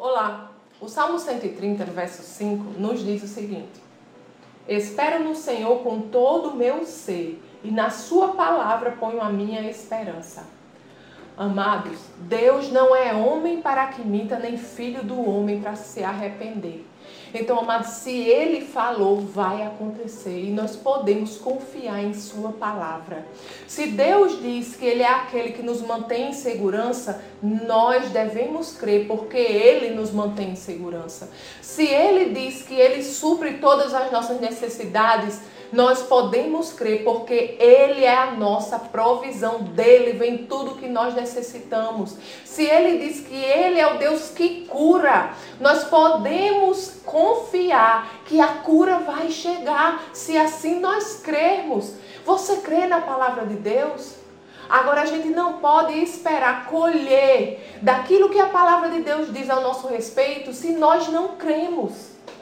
Olá, o Salmo 130, no verso 5, nos diz o seguinte: espero no Senhor com todo o meu ser, e na sua palavra ponho a minha esperança. Amados, Deus não é homem para que minta, nem filho do homem para se arrepender. Então, amados, se Ele falou, vai acontecer. E nós podemos confiar em sua palavra. Se Deus diz que Ele é aquele que nos mantém em segurança, nós devemos crer, porque Ele nos mantém em segurança. Se Ele diz que Ele supre todas as nossas necessidades, nós podemos crer, porque Ele é a nossa provisão. Dele vem tudo que nós necessitamos. Se Ele diz que Ele é o Deus que cura, nós podemos confiar que a cura vai chegar, se assim nós crermos. Você crê na palavra de Deus? Agora a gente não pode esperar colher daquilo que a palavra de Deus diz ao nosso respeito se nós não cremos.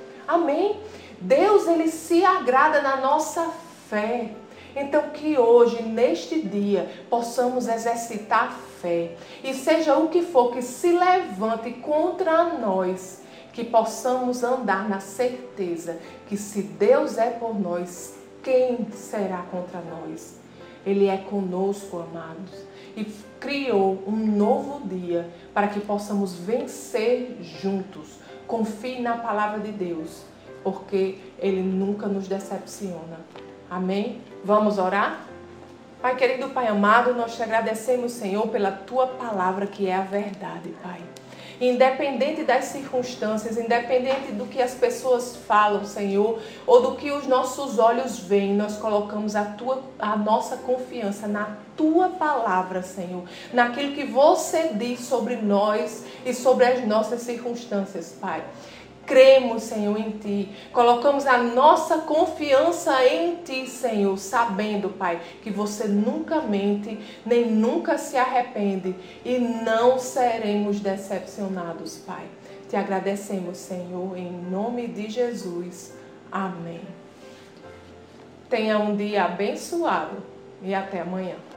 Amém? Deus, Ele se agrada na nossa fé. Então que hoje, neste dia, possamos exercitar a fé. E seja o que for que se levante contra nós, que possamos andar na certeza que se Deus é por nós, quem será contra nós? Ele é conosco, amados. E criou um novo dia para que possamos vencer juntos. Confie na palavra de Deus, porque Ele nunca nos decepciona. Amém? Vamos orar? Pai querido, Pai amado, nós te agradecemos, Senhor, pela Tua palavra que é a verdade, Pai. Independente das circunstâncias, independente do que as pessoas falam, Senhor, ou do que os nossos olhos veem, nós colocamos a nossa confiança na Tua palavra, Senhor, naquilo que Você diz sobre nós e sobre as nossas circunstâncias, Pai. Cremos, Senhor, em Ti. Colocamos a nossa confiança em Ti, Senhor, sabendo, Pai, que Você nunca mente, nem nunca se arrepende e não seremos decepcionados, Pai. Te agradecemos, Senhor, em nome de Jesus. Amém. Tenha um dia abençoado e até amanhã.